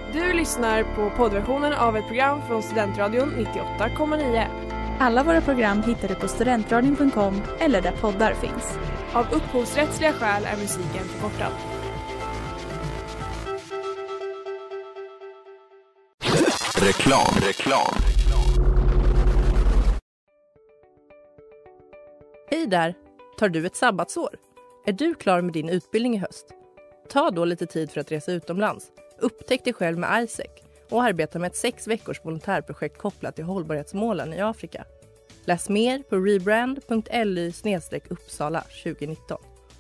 Du lyssnar på poddversionen av ett program från Studentradion 98,9. Alla våra program hittar du på studentradion.com eller där poddar finns. Av upphovsrättsliga skäl är musiken förkortad. Reklam. Hej där! Tar du ett sabbatsår? Är du klar med din utbildning i höst? Ta då lite tid för att resa utomlands. Upptäck dig själv med ISEC och arbeta med ett 6 veckors volontärprojekt kopplat till hållbarhetsmålen i Afrika. Läs mer på rebrand.ly/Uppsala 2019.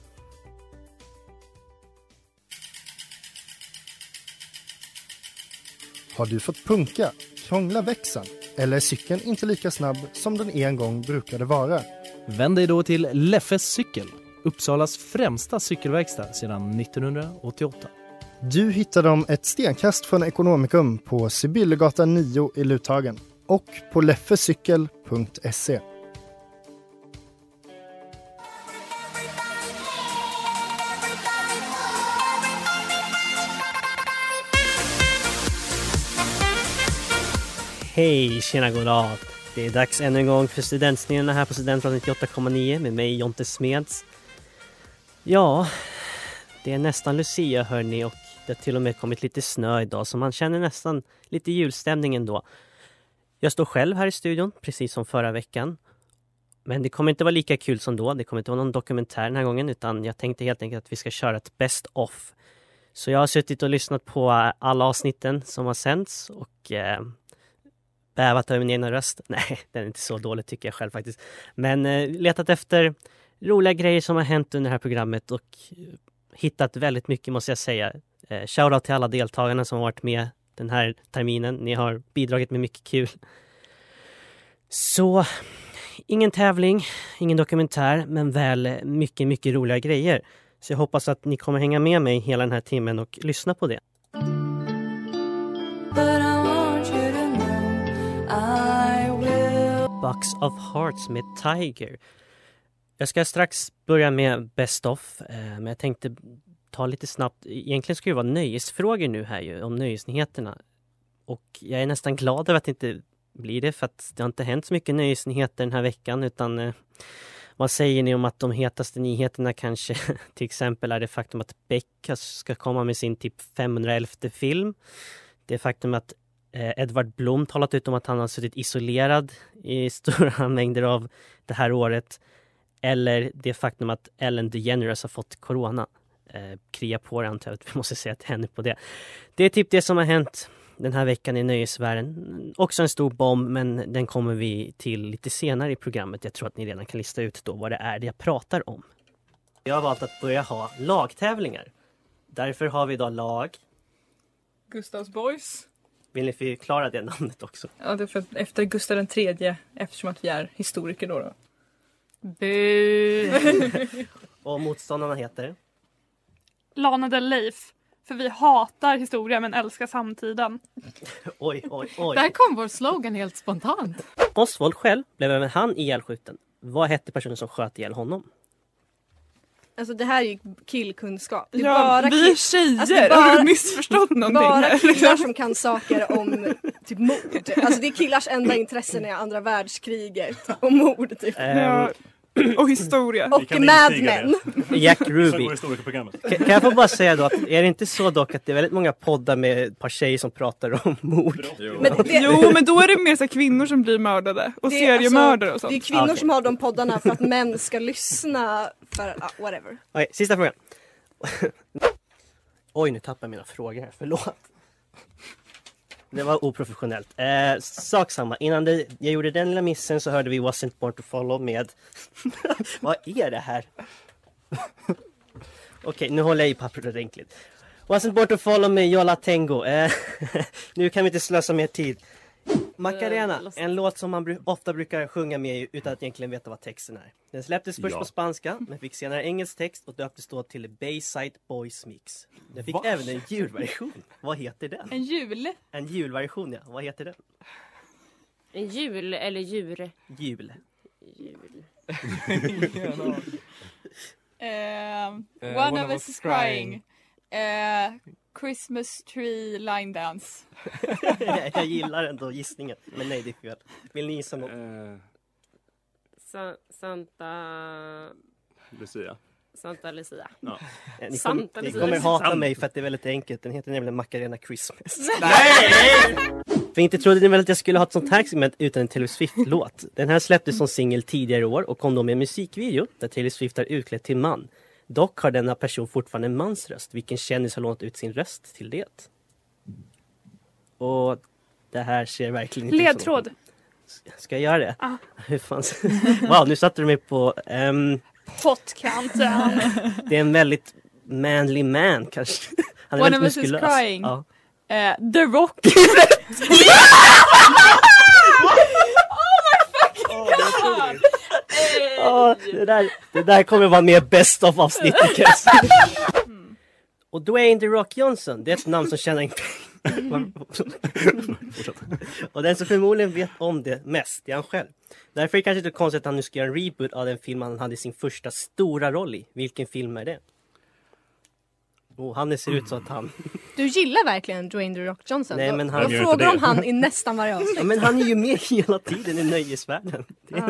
Har du fått punka, krångla växeln eller är cykeln inte lika snabb som den en gång brukade vara? Vänd dig då till Leffes cykel, Uppsalas främsta cykelverkstad sedan 1988. Du hittar dem ett stenkast från Ekonomikum på Sibyllegatan 9 i Luthagen och på leffecykel.se. Hej, tjena, god dag. Det är dags ännu en gång för studentsnedena här på Studentradion 98,9 med mig, Jonte Smeds. Ja, det är nästan Lucia, hörni, och det har till och med kommit lite snö idag, så man känner nästan lite julstämning ändå. Jag står själv här i studion, precis som förra veckan. Men det kommer inte vara lika kul som då. Det kommer inte vara någon dokumentär den här gången, utan jag tänkte helt enkelt att vi ska köra ett best of. Så jag har suttit och lyssnat på alla avsnitten som har sänds och bävat över min egna röst. Nej, den är inte så dålig tycker jag själv faktiskt. Men letat efter roliga grejer som har hänt under det här programmet och hittat väldigt mycket, måste jag säga. Shoutout till alla deltagarna som har varit med den här terminen. Ni har bidragit med mycket kul. Så ingen tävling, ingen dokumentär, men väl mycket, mycket roliga grejer. Så jag hoppas att ni kommer hänga med mig hela den här timmen och lyssna på det. Box of Hearts med Tiger. Jag ska strax börja med Best of, men jag tänkte ta lite snabbt. Egentligen ska det vara nöjesfrågor nu här ju, om nöjesnyheterna. Och jag är nästan glad över att det inte blir det, för att det har inte hänt så mycket nöjesnyheter den här veckan, utan vad säger ni om att de hetaste nyheterna kanske till exempel är det faktum att Beck ska komma med sin typ 511:e film. Det faktum att Edvard Blom talat ut om att han har suttit isolerad i stora mängder av det här året. Eller det faktum att Ellen DeGeneres har fått corona. Krya på det, antar jag att vi måste säga till henne på det. Det är typ det som har hänt den här veckan i nöjesvärlden. Också en stor bomb, men den kommer vi till lite senare i programmet. Jag tror att ni redan kan lista ut då vad det är jag pratar om. Jag har valt att börja ha lagtävlingar. Därför har vi idag lag Gustavs Boys. Vill ni förklara det namnet också? Ja, det är för efter Gustav den tredje, eftersom att vi är historiker då. Och motståndarna heter? Lana Del Leif. För vi hatar historia men älskar samtiden. Oj. Där kom vår slogan helt spontant. Oswald själv blev även han ihjälskjuten. Vad hette personen som sköt ihjäl honom? Alltså det här är ju killkunskap. Det är ja, bara vi är tjejer, har du missförstått någonting? Bara killar som kan saker om typ mord. Alltså det är killars enda intressen är andra världskriget och mord typ. Ja, och historia. Och Mad Men. Jack Ruby. Kan jag få bara säga då att är det inte så dock att det är väldigt många poddar med ett par tjejer som pratar om mord? Jo, men då är det mer så kvinnor som blir mördade och seriemördare och sånt. Det är kvinnor som har de poddarna för att män ska lyssna för whatever. Okej, sista frågan. Oj, nu tappar jag mina frågor här. Förlåt. Det var oprofessionellt. Sak samma. Innan jag gjorde den lilla missen så hörde vi Wasn't Born to Follow med... Vad är det här? Okej, nu håller jag i pappret ordentligt. Wasn't Born to Follow med Yola Tengo. Nu kan vi inte slösa mer tid. Macarena, en låt som man ofta brukar sjunga med utan att egentligen veta vad texten är. Den släpptes först på spanska, men fick senare engelsk text och döptes då till Bayside Boys Mix. Den fick även en julversion. Vad heter den? En jul? En julversion, ja. Vad heter den? En jul eller djur? Jul. One of us is crying. Christmas tree line dance. Jag gillar ändå gissningen. Men nej, det är fel. Vill ni gissa något? Santa Lucia. Ja. Ni kommer hata mig för att det är väldigt enkelt. Den heter nämligen Macarena Christmas. Nej! För inte trodde ni väl att jag skulle ha ett sånt här segment utan en Taylor Swift-låt. Den här släpptes som singel tidigare i år och kom då med en musikvideo där Taylor Swift är utklädd till man. Dock har denna person fortfarande en mans röst. Vilken kändis har lånat ut sin röst till det? Och det här ser verkligen inte Ledtråd. Ska jag göra det? Hur fan? Wow, nu satte du mig på... Potkanten. Det är en väldigt manly man kanske. Han är One of väldigt us is muskulös. crying. Ja. The Rock. Det där kommer vara mer best of avsnittet. Och Dwayne The Rock Johnson, det är ett namn som känner inte. Och den som förmodligen vet om det mest är han själv. Därför är det kanske inte konstigt att han nu ska göra en reboot av den film han hade sin första stora roll i. Vilken film är det? Han ser ut så att han... Du gillar verkligen Dwayne The Rock Johnson. Nej, men han... Jag frågar om han i nästan varje avsnitt. Ja, men han är ju med hela tiden i nöjesvärlden.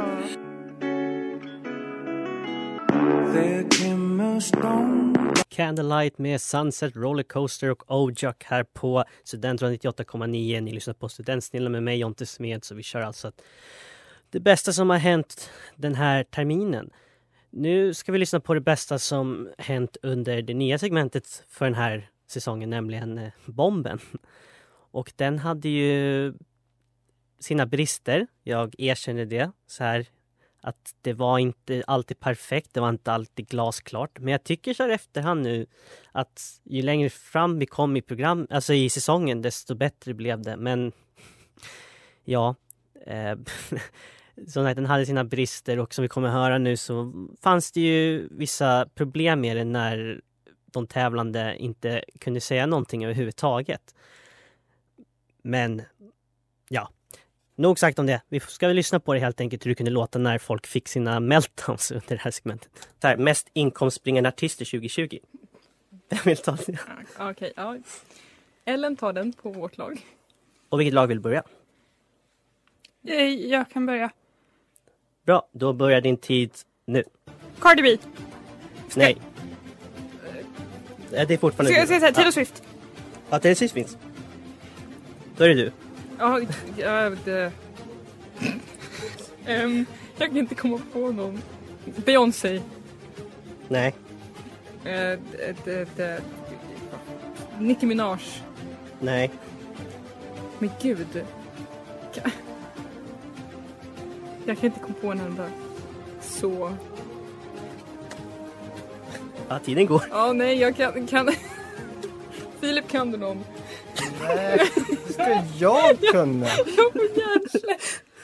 Candlelight med Sunset Rollercoaster och Ojock här på Studentradion 98,9. Ni lyssnar på Studentsnillen med mig, Jonte Smed. Så vi kör alltså det bästa som har hänt den här terminen. Nu ska vi lyssna på det bästa som hänt under det nya segmentet för den här säsongen, nämligen Bomben. Och den hade ju sina brister, jag erkänner det. Så här, att det var inte alltid perfekt, det var inte alltid glasklart. Men jag tycker så här efterhand nu att ju längre fram vi kom i program, alltså i säsongen, desto bättre blev det. Men ja, så att den hade sina brister och som vi kommer höra nu så fanns det ju vissa problem med det när de tävlande inte kunde säga någonting överhuvudtaget. Men ja, nog sagt om det. Vi ska väl lyssna på det helt enkelt hur det kunde låta när folk fick sina meltdowns under det här segmentet. Så här, mest inkomstbringande artister 2020. Vem vill ta det? Okej, ja. Ellen tar den på vårt lag. Och vilket lag vill börja? Jag kan börja. Bra, då börjar din tid nu. Cardi B. Nej. Det är fortfarande... Ska jag säga Taylor Swift? Ja, Taylor Swift finns. Då är det du. Ja, det... jag kan inte komma på någon. Beyoncé. Nej. Nicki Minaj. Nej. Men gud. Jag kan inte komma på en enda. Så. Ja, tiden går. Ja, nej, jag kan... Filip, kan du någon? Nej, ska jag kunna? Jag får hjärnsläpp.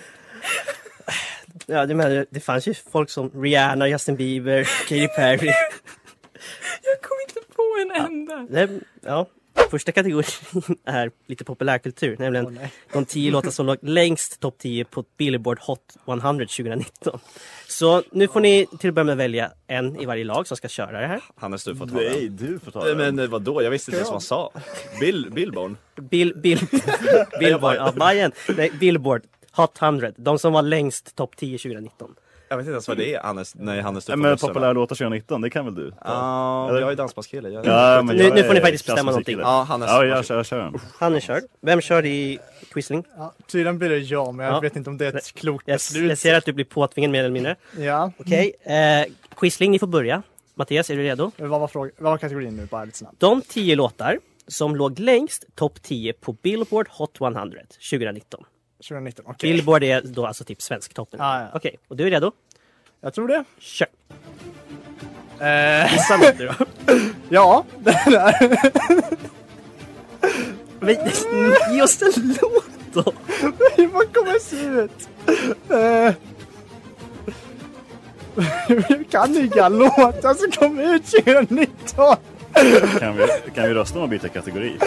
Ja, det fanns ju folk som Rihanna, Justin Bieber, Katy Perry. Jag kom inte på en enda. Ja, första kategorin är lite populärkultur. Nämligen de 10 låtar som låg längst topp 10 på Billboard Hot 100 2019. Så nu får ni till att börja med välja en i varje lag som ska köra det här. Hannes, du får ta Nej, den. du får ta den. Men vadå? Jag visste inte ens vad han sa. Billboard? Billboard, ja, Bayern. Nej, Billboard Hot 100. De som var längst topp 10 2019. Jag vet inte ens vad det är, Hannes. Nej, Hannes, men populär låtar 2019, det kan väl du? Ja, jag är dansbandskille. Nu får ni faktiskt bestämma någonting. Ja, Hannes. Ja, jag kör den. Hannes kör. Vem kör i Quisling? Ja, tydligen blir det jag, men jag vet inte om det är ett klokt beslut. Jag ser att du blir påtvingad mer eller mindre. Ja. Okej, Quisling, ni får börja. Mattias, är du redo? Vad var kategorin nu, bara lite snabbt? De 10 låtar som låg längst topp 10 på Billboard Hot 100 2019. 2019, okej. Billboard är då alltså typ svensktoppen. Ja. Okej, och du är redo? Jag tror det. Kör. Gissa något då. Ja, det där. Men ge oss en låt då. Vad kommer se ut? Jag kan inga låtar som kommer ut 2019. Kan vi rösta om att byta kategori?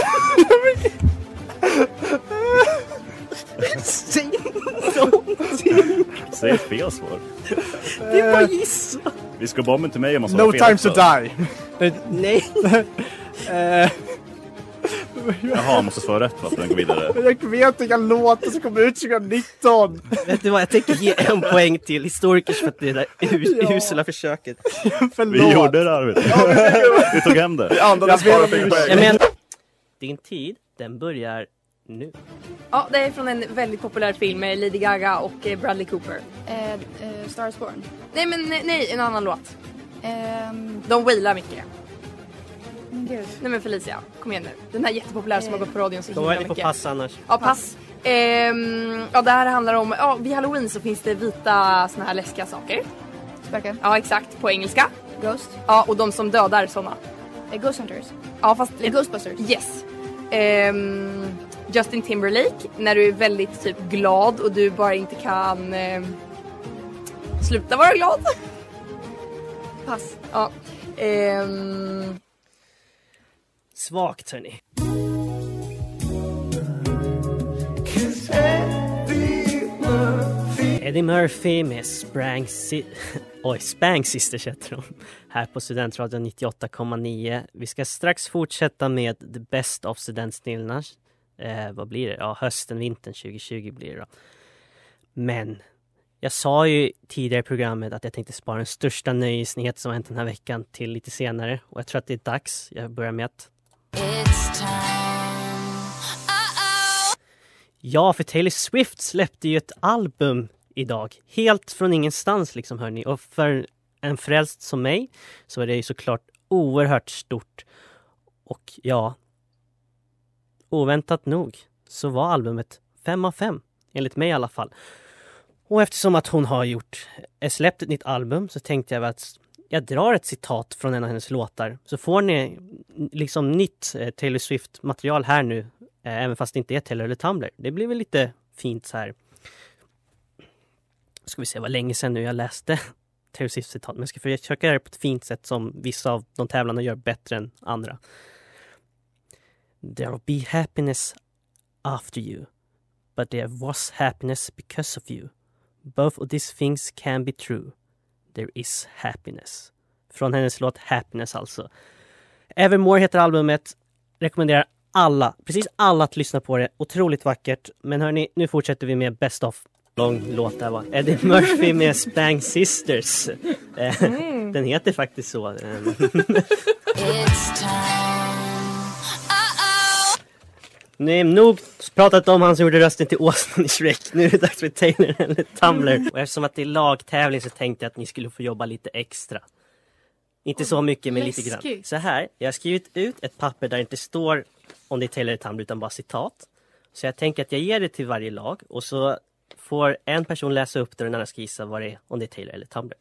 Säg någonting. Säg fel svar. Det är bara gissa. Vi ska bomben till mig om man No time to die. Nej. Jaha, måste svara rätt för att den går vidare. Jag vet vilka låtar som kommer ut 2019. Vet du vad, jag tänker ge en poäng till historikers för att det där usla försöket. Vi gjorde det, Arvid. Vi tog hem det. Din tid, den börjar nu. Ja, det är från en väldigt populär film med Lady Gaga och Bradley Cooper. Star is Born. Nej, en annan låt. De wailar mycket. Nej men Felicia, kom igen nu. Den här jättepopulär som har gått på radion så Då himla är ni på mycket. pass annars. Ja, pass. Ja, det här handlar om, vid Halloween så finns det vita såna här läskiga saker. Spöken. Ja, exakt, på engelska. Ghost. Ja, och de som dödar såna. Ghost Hunters. Ja, fast... Ghostbusters. Yes. Justin Timberlake, när du är väldigt typ glad och du bara inte kan sluta vara glad. Pass. Ja. Svagt, hörni. Eddie Murphy med Spang Sisters heter de. Här på Studentradion 98,9. Vi ska strax fortsätta med The Best of studentsnillena. Vad blir det? Ja, hösten, vintern 2020 blir det då. Men jag sa ju tidigare i programmet att jag tänkte spara den största nöjesnyhet som har hänt den här veckan till lite senare. Och jag tror att det är dags. Jag börjar med att... Ja, för Taylor Swift släppte ju ett album idag. Helt från ingenstans liksom, hörni. Och för en frälst som mig så är det ju såklart oerhört stort. Och ja, oväntat nog så var albumet 5 av 5. Enligt mig i alla fall. Och eftersom att hon har släppt ett nytt album så tänkte jag att jag drar ett citat från en av hennes låtar. Så får ni liksom nytt Taylor Swift-material här nu. Även fast det inte är Taylor eller Tumblr. Det blir väl lite fint så här. Ska vi se vad länge sedan nu jag läste Taylor Swift-citat. Men jag ska försöka göra det på ett fint sätt som vissa av de tävlarna gör bättre än andra. There will be happiness after you. But there was happiness because of you. Both of these things can be true. There is happiness. Från hennes låt Happiness alltså. Evermore heter albumet. Rekommenderar precis alla att lyssna på det. Otroligt vackert. Men hörni, nu fortsätter vi med Best of. Lång låt där va. Eddie Murphy med Spang Sisters. Den heter faktiskt så. Nej, nog pratat om han som gjorde rösten till åsnan i Shrek. Nu är det dags för Taylor eller Tumblr. Och eftersom att det är lagtävling så tänkte jag att ni skulle få jobba lite extra. Inte så mycket, men lite grann. Så här, jag har skrivit ut ett papper där det inte står om det är Taylor eller Tumblr utan bara citat. Så jag tänker att jag ger det till varje lag och så får en person läsa upp det och den andra ska gissa vad det är, om det är Taylor eller Tumblr.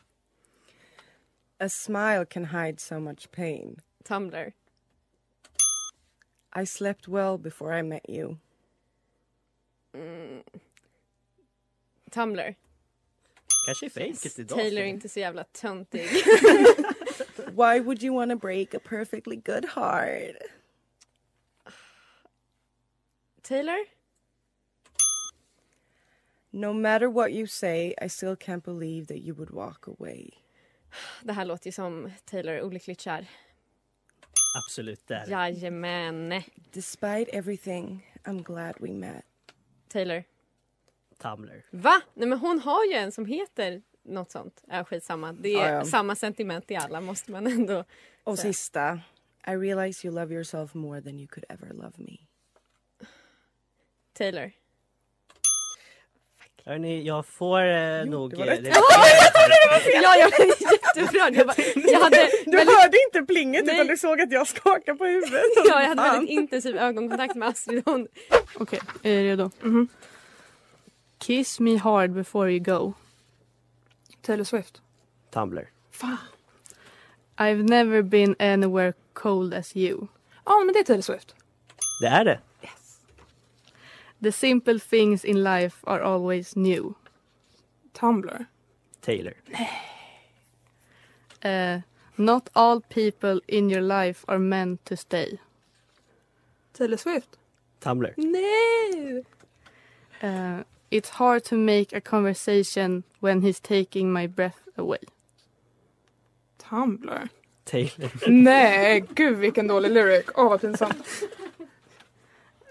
A smile can hide so much pain. Tumblr. I slept well before I met you. Tumblr. Kanske är för enkelt idag. Taylor är inte så jävla töntig. Why would you want to break a perfectly good heart? Taylor? No matter what you say, I still can't believe that you would walk away. Det här låter ju som Taylor olyckligt kär. Absolut, där. Jajamän. Despite everything, I'm glad we met. Taylor. Tumblr. Va? Nej men hon har ju en som heter något sånt. Skitsamma. Det är ja. samma sentiment i alla måste man ändå Och säga. sista. I realize you love yourself more than you could ever love me. Taylor. Hörrni, jag får nog... Ja, jag blev jätteupprörd. Du hörde inte plinget utan du såg att jag skakade på huvudet. Ja, jag hade väldigt intensiv ögonkontakt med Astrid. Okej, är du redo? Mm-hmm. Kiss me hard before you go. Taylor Swift. Tumblr. Fan. I've never been anywhere cold as you. Ja, men det är Taylor Swift. Det är det. The simple things in life are always new. Tumblr. Taylor. Not all people in your life are meant to stay. Taylor Swift. Tumblr. Nej! It's hard to make a conversation when he's taking my breath away. Tumblr. Taylor. Nej, gud vilken dålig lyric. Vad pinsamt.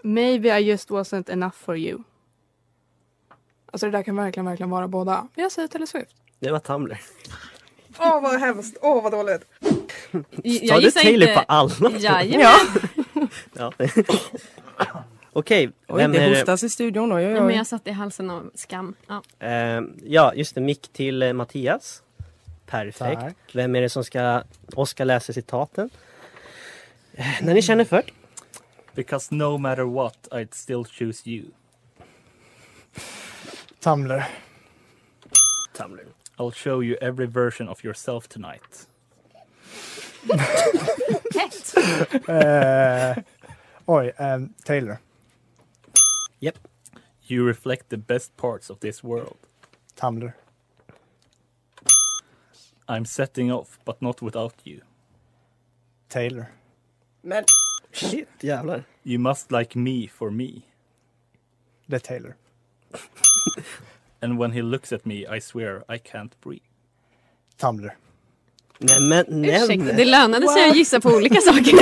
Maybe I just wasn't enough for you. Alltså det där kan verkligen vara båda. Jag säger Taylor Swift. Det var Tumblr. Åh vad hemskt. Åh vad dåligt. Sa du Taylor på alla? Jajamän. Ja. Okej, Oj, det hostas i studion. Oj. Ja, men jag satt i halsen av skam. Ja. Ja, just det. Mick till Mattias. Perfekt. Tack. Vem är det som ska läsa citaten? När ni känner för. Because no matter what, I'd still choose you. Tumblr. I'll show you every version of yourself tonight. Taylor. Yep. You reflect the best parts of this world. Tumblr. I'm setting off, but not without you. Taylor. Men shit, jävlar. You must like me for me. Det är Taylor. And when he looks at me, I swear I can't breathe. Tumblr. Nej. Ursäkta, det lönade sig att gissa på olika saker.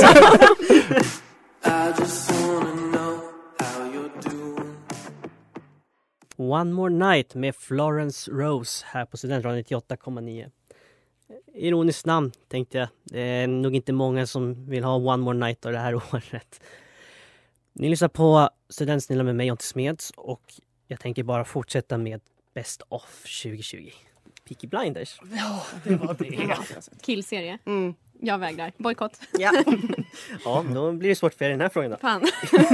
One More Night med Florence Rose här på Studentradion 98,9. Ironiskt namn tänkte jag. Det är nog inte många som vill ha One More Night av det här året. Ni lyssnar på Studentsnilla med mig, Jonte Smeds, och jag tänker bara fortsätta med Best of 2020. Peaky Blinders. Ja, det var det. Killserie. Jag vägrar. Bojkott. Ja. Ja, då blir det svårt för er i den här frågan då. Fan.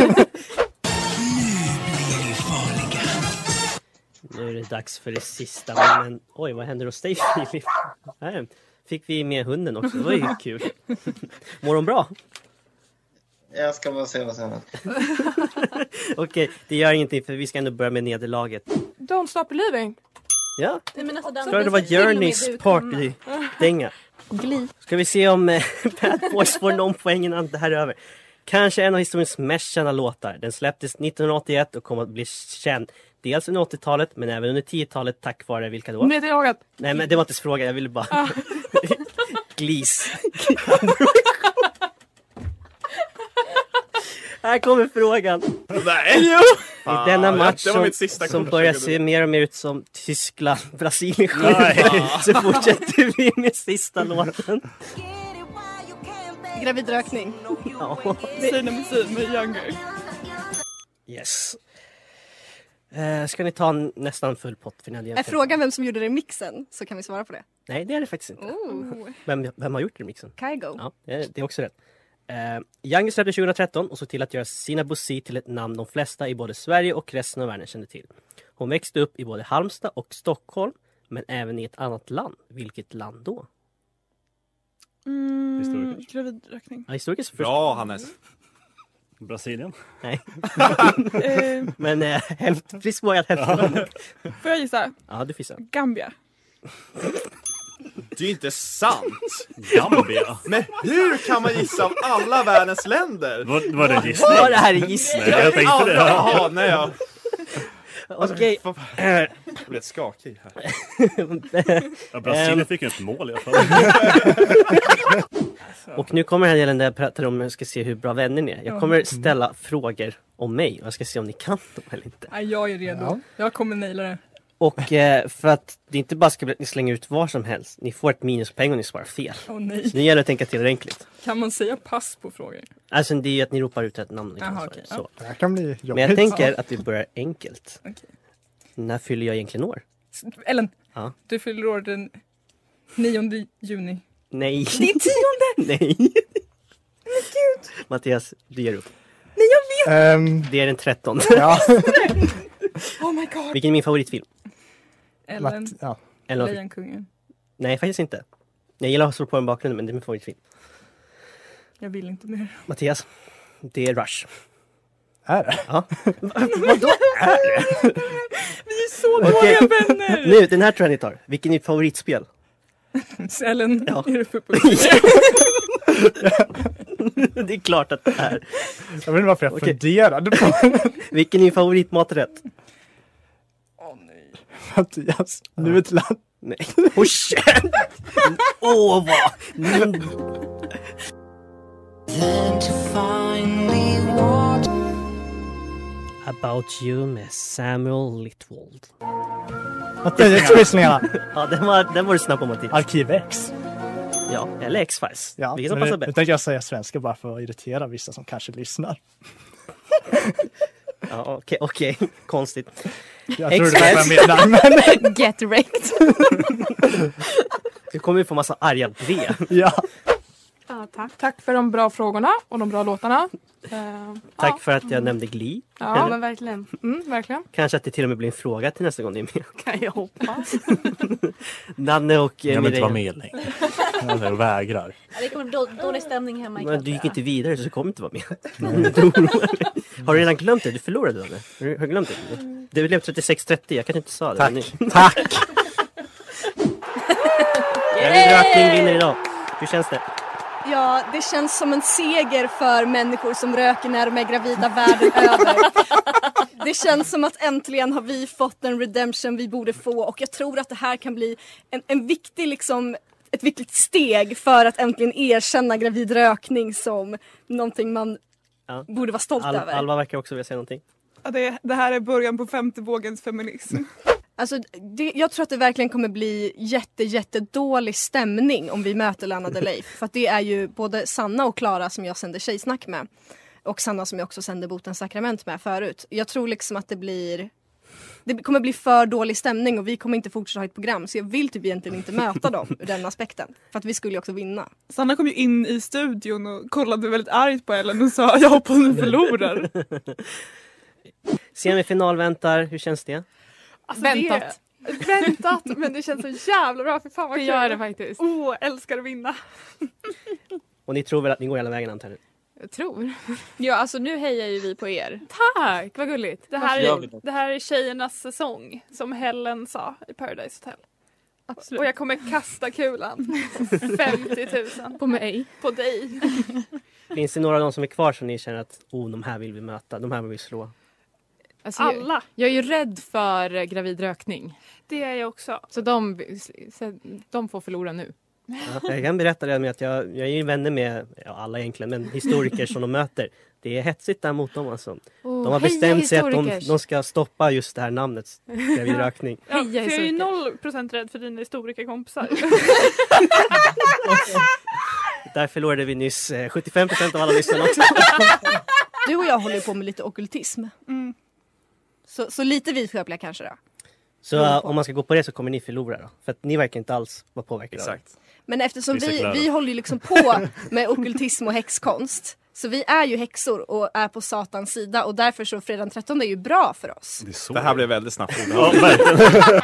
Nu är det dags för det sista. Men oj, vad händer hos dig, Filip? Här fick vi med hunden också. Det var ju kul. Mår de bra? Jag ska bara se vad som händer. Okej, det gör ingenting för vi ska ändå börja med nederlaget. Don't stop believing. Ja, alltså, tror det var Journeys party-dänga. Ska vi se om Bad Boys får någon poäng innan det här är över. Kanske en av historiens mest kända låtar. Den släpptes 1981 och kom att bli känd dels under 80-talet men även under 10-talet tack vare vilka då? Meteorologat. Nej, men det var inte så frågan, jag ville bara... Glees. Här kommer frågan. Nej! Jo! I denna match det var mitt sista som börjar se mer och mer ut som Tyskland, Brasilien så fortsätter vi med sista låten. Gravidrökning. Ja. Säg nummer 7 med Younger. Yes. Ska ni ta nästan full pott för Är frågan vem som gjorde remixen så kan vi svara på det. Nej, det är det faktiskt inte. Vem har gjort remixen? Kygo. Ja, det är också rätt. Younger släppte 2013 och såg till att göra Sina Bosi till ett namn de flesta i både Sverige och resten av världen kände till. Hon växte upp i både Halmstad och Stockholm, men även i ett annat land. Vilket land då? Gravidrökning. Ja, historikers bra, Hannes. Brasilien? Nej. Men frisk vågat hälften. Får jag gissa? Ja, du får gissa. Gambia. Det är inte sant. Gambia. Men hur kan man gissa av alla världens länder? Var det gissning? Var det här gissning? Nej, jag tänkte det. Jaha, nej ja. Okej. Jag blev skakig här. Ja, Brasilien fick ju ett mål i alla fall. Och nu kommer den här delen där jag pratar om jag ska se hur bra vänner ni är. Jag kommer ställa frågor om mig och jag ska se om ni kan dem eller inte. Ja, jag är redo. Ja. Jag kommer naila det. Och för att det inte bara ska bli att ni slänger ut vad som helst. Ni får ett minuspoäng om ni svarar fel. Nej. Så det gäller att tänka till ordentligt. Kan man säga pass på frågor? Alltså det är ju att ni ropar ut ett namn. Aha, okay. Så. Det här kan bli jobbigt. Men jag tänker att vi börjar enkelt. Okay. När fyller jag egentligen år? Ellen, ja. Du fyller år den 9 juni. Nej. Det är 10! Nej. Men gud. Mattias, du ger upp. Nej, jag vet! Det är den 13. Ja. Oh my god. Vilken är min favoritfilm? Ellen. Ja. Lejonkungen. Nej, faktiskt inte. Jag gillar att slå på en bakgrund, men det är min favoritfilm. Jag vill inte mer. Mattias, det är Rush. Är det? Ja. Vadå är det? Vi är så dåliga vänner! Nu, den här tror jag ni tar. Vilken är ditt favoritspel? Ellen, ja. Är du för Det är klart att det är. Jag vet inte varför jag funderade på. Vilken är din favoritmaträtt? Åh nej. Mattias, nu ett land. Nej. Oh shit! Åh vad! About You med Samuel Litwold. Det är quizningarna. Ja, den var du snabb på, Mattias. Arkiv X. Ja, eller X-Files. Ja, vilket som passar bäst. Nu tänker jag säga svenska bara för att irritera vissa som kanske lyssnar. Ja, okej. Konstigt. Jag tror det var menar, men... Get wrecked. Du kommer ju få massa arga brev. Ja. Ja, tack för de bra frågorna och de bra låtarna. Tack för att jag nämnde Glee. Ja, men verkligen. Verkligen. Kanske att det till och med blir en fråga till nästa gång ni är med. Kan jag hoppas. Nanne och jag vill inte vara med längre. Jag vägrar. Det kommer dålig stämning hemma i men du gick inte vidare så du kommer inte vara med. Har du redan glömt det? Du förlorade då, eller? Har du glömt det? Det blev 36-30, jag kanske inte sa det. Tack! Rökning vinner idag. Hur känns det? Ja, det känns som en seger för människor som röker när de är gravida världen över. Det känns som att äntligen har vi fått den redemption vi borde få, och jag tror att det här kan bli en viktig liksom, ett viktigt steg för att äntligen erkänna gravid rökning som någonting man borde vara stolt över. Alva verkar också vilja säga någonting. Ja, det här är början på 5:e vågens feminism. Alltså, jag tror att det verkligen kommer bli jättedålig stämning om vi möter Lana Del Rey. För att det är ju både Sanna och Klara som jag sänder tjejsnack med. Och Sanna som jag också sände Botens sakrament med förut. Jag tror liksom att det kommer bli för dålig stämning och vi kommer inte fortsätta ha ett program. Så jag vill typ egentligen inte möta dem ur den aspekten. För att vi skulle ju också vinna. Sanna kom ju in i studion och kollade väldigt argt på Ellen och sa jag hoppas ni förlorar. Semifinal väntar, hur känns det? Alltså Väntat. Men det känns så jävla bra. För fan vad Det kul. gör det faktiskt. Älskar att vinna. Och ni tror väl att ni går hela vägen, antar jag? Jag tror. Ja, alltså nu hejar ju vi på er. Tack, vad gulligt. Det här är tjejernas säsong, som Helen sa i Paradise Hotel. Absolut. Och jag kommer kasta kulan. 50 000. På mig. På dig. Finns det några av dem som är kvar som ni känner att de här vill vi möta, de här vill vi slå? Alltså, alla. Jag är ju rädd för gravid rökning. Det är jag också. Så de får förlora nu. Ja, jag kan berätta det med att jag är ju vänner med alla egentligen, men historiker som de möter. Det är hetsigt där mot dem alltså. De har bestämt sig att de ska stoppa just det här namnet, gravid rökning. Ja, för jag är ju 0% rädd för dina historikerkompisar. Där förlorade vi nyss 75% av alla lyssnarna också. Du och jag håller på med lite ockultism. Så lite vitsköpliga kanske då. Så om man ska gå på det så kommer ni förlora då. För att ni verkar inte alls vara påverkade. Exakt. Men eftersom vi håller ju liksom på med ockultism och häxkonst. Så vi är ju häxor och är på satans sida. Och därför så fredag den 13 är ju bra för oss. Det här blev väldigt snabbt. Ja, verkligen.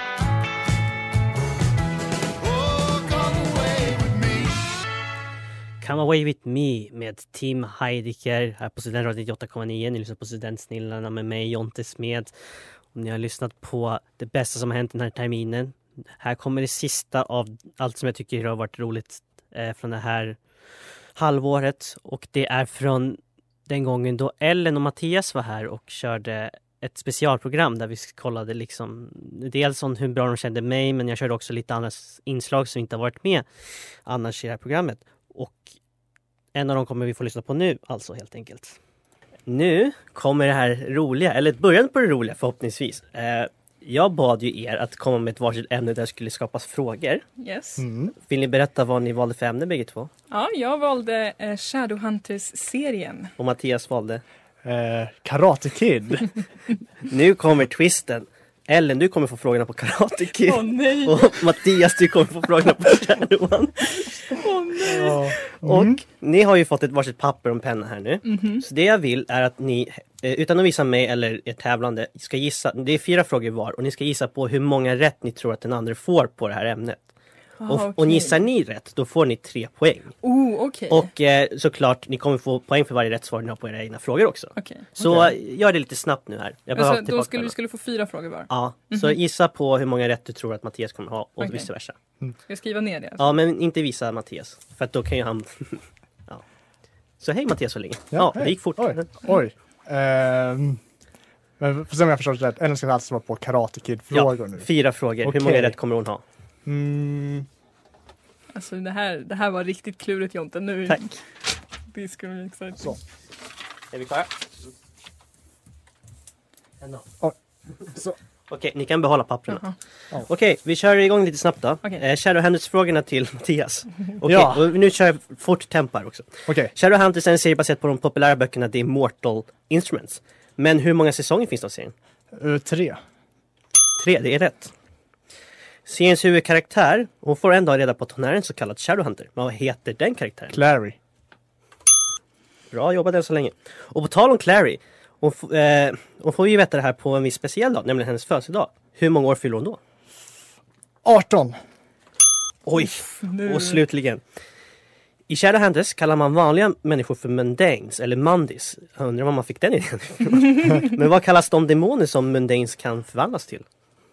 Come Away With Me med Tim Heidecker här på Studentradion 98,9. Ni lyssnar på Studentsnillarna med mig, Jonte Smed. Om ni har lyssnat på det bästa som har hänt den här terminen. Här kommer det sista av allt som jag tycker har varit roligt från det här halvåret. Och det är från den gången då Ellen och Mattias var här och körde ett specialprogram där vi kollade liksom dels om hur bra de kände mig, men jag körde också lite andra inslag som inte har varit med annars i det här programmet. Och en av dem kommer vi få lyssna på nu, alltså helt enkelt. Nu kommer det här roliga, eller början på det roliga förhoppningsvis. Jag bad ju er att komma med ett varsitt ämne där det skulle skapas frågor. Yes. Vill ni berätta vad ni valde för ämne bägge två? Ja, jag valde Shadowhunters-serien. Och Mattias valde? Karate Kid. Nu kommer twisten. Ellen, du kommer få frågorna på Karate Kid. Nej. Och Mattias, du kommer få frågorna på Shadowhunters. Nej. Och ni har ju fått ett varsitt papper och penna här nu. Så det jag vill är att ni, utan att visa mig eller er tävlande, ska gissa. Det är 4 frågor var och ni ska gissa på hur många rätt ni tror att den andra får på det här ämnet. Och gissar ni rätt, då får ni 3 poäng. Okay. Och såklart, ni kommer få poäng för varje rätt svar ni har på era egna frågor också. Så gör det lite snabbt nu här. Då skulle vi få 4 frågor var. Ja, så gissa på hur många rätt du tror att Mattias kommer ha och vice versa. Ska jag skriva ner det? Alltså? Ja, men inte visa Mattias. För att då kan ju han... ja. Så hej Mattias så länge. Ja, det gick fort. Oj. Men för som jag förstått rätt, Ellen ska alltså vara på Karate Kid-frågor nu. 4 frågor. Hur många rätt kommer hon ha? Alltså det här var riktigt klurigt, Jonte. Nu. Tack. Det skulle bli exakt. Så. Är vi klara? Okej, ni kan behålla papperna. Okej, vi kör igång lite snabbt då. Shadowhunters-frågorna till Mattias. Okej, och nu kör jag fort tempar också. Shadowhunters är en serie baserad på de populära böckerna The Immortal Instruments. Men hur många säsonger finns det av serien? 3. 3, det är rätt. Seriens huvudkaraktär, hon får en dag reda på att hon är en så kallad Shadowhunter. Men vad heter den karaktären? Clary. Bra jobbat än så länge. Och på tal om Clary, hon får ju veta det här på en viss speciell dag, nämligen hennes födelsedag. Hur många år fyller hon då? 18. Oj, och slutligen. I Shadowhunters kallar man vanliga människor för mundanes eller mundis. Jag undrar vad man fick den idén ifrån. Men vad kallas de demoner som mundanes kan förvandlas till?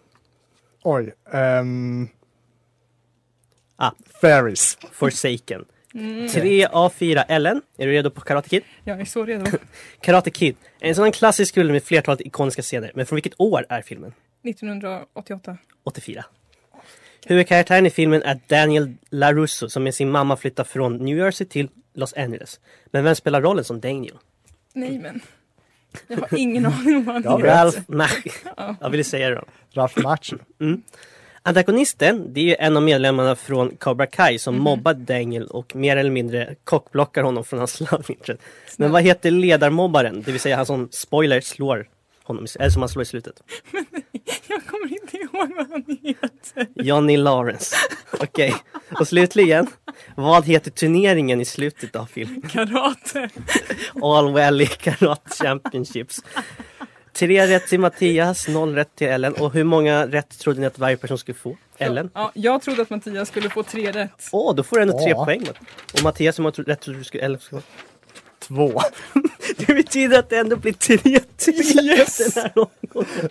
Fairies. Forsaken. 3 av 4. Ellen, är du redo på Karate Kid? Jag är så redo. Karate Kid. En sån klassisk rulle med flertalet ikoniska scener. Men från vilket år är filmen? 1988. 84. Huvudkaraktären i filmen är Daniel LaRusso som med sin mamma flyttar från New Jersey till Los Angeles. Men vem spelar rollen som Daniel? Nej men. Jag har ingen aning om vad han heter. Ralph Macchio. Jag ville säga det då. Ralph Macchio. Antagonisten, det är ju en av medlemmarna från Cobra Kai som mobbar Daniel och mer eller mindre kockblockar honom från hans love interest. Men vad heter ledarmobbaren? Det vill säga han som, spoiler, slår honom, eller som han slår i slutet. Men jag kommer inte ihåg vad han heter. Johnny Lawrence. Okej. Och slutligen, vad heter turneringen i slutet av filmen? Karate. All Valley Karate Championships. 3 rätt till Mattias, 0 rätt till Ellen. Och hur många rätt trodde ni att varje person skulle få? Ellen? Ja, jag trodde att Mattias skulle få 3 rätt. Då får du ändå 3 poäng. Och Mattias, hur många rätt trodde du skulle Ellen skulle få? 2. Det betyder att det ändå blir 3-3 yes! Den här omgången.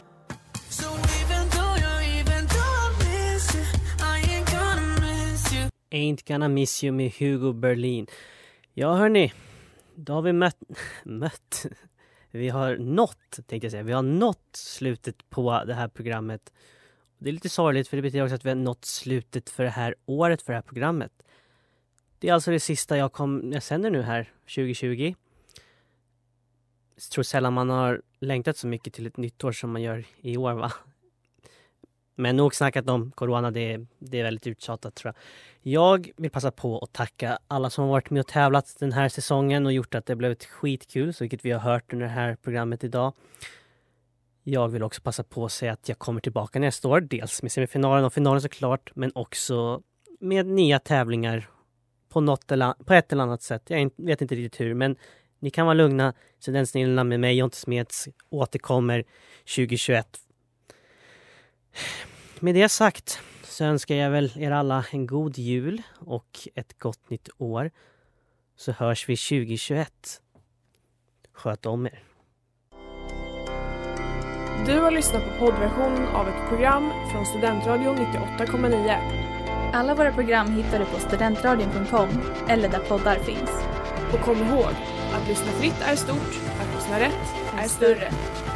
Ain't gonna miss you med Hugo Berlin. Ja hörni, då har vi mött. Vi har nått slutet på det här programmet. Det är lite sorgligt för det betyder också att vi har nått slutet för det här året för det här programmet. Det är alltså det sista jag sänder nu här 2020. Jag tror sällan man har längtat så mycket till ett nytt år som man gör i år va? Men nog snackat om corona, det är väldigt uttjatat tror jag. Jag vill passa på att tacka alla som har varit med och tävlat den här säsongen och gjort att det blivit skitkul, så vilket vi har hört under det här programmet idag. Jag vill också passa på att säga att jag kommer tillbaka nästa år, dels med semifinalen och finalen såklart, men också med nya tävlingar på ett eller annat sätt. Jag vet inte riktigt hur, men ni kan vara lugna. Studentsnillena med mig, Jonte Smeds, återkommer 2021. Med det sagt så önskar jag väl er alla en god jul och ett gott nytt år. Så hörs vi 2021. Sköt om er. Du har lyssnat på poddversionen av ett program från Studentradion 98,9. Alla våra program hittar du på studentradion.com eller där poddar finns. Och kom ihåg, att lyssna fritt är stort, att lyssna rätt är större.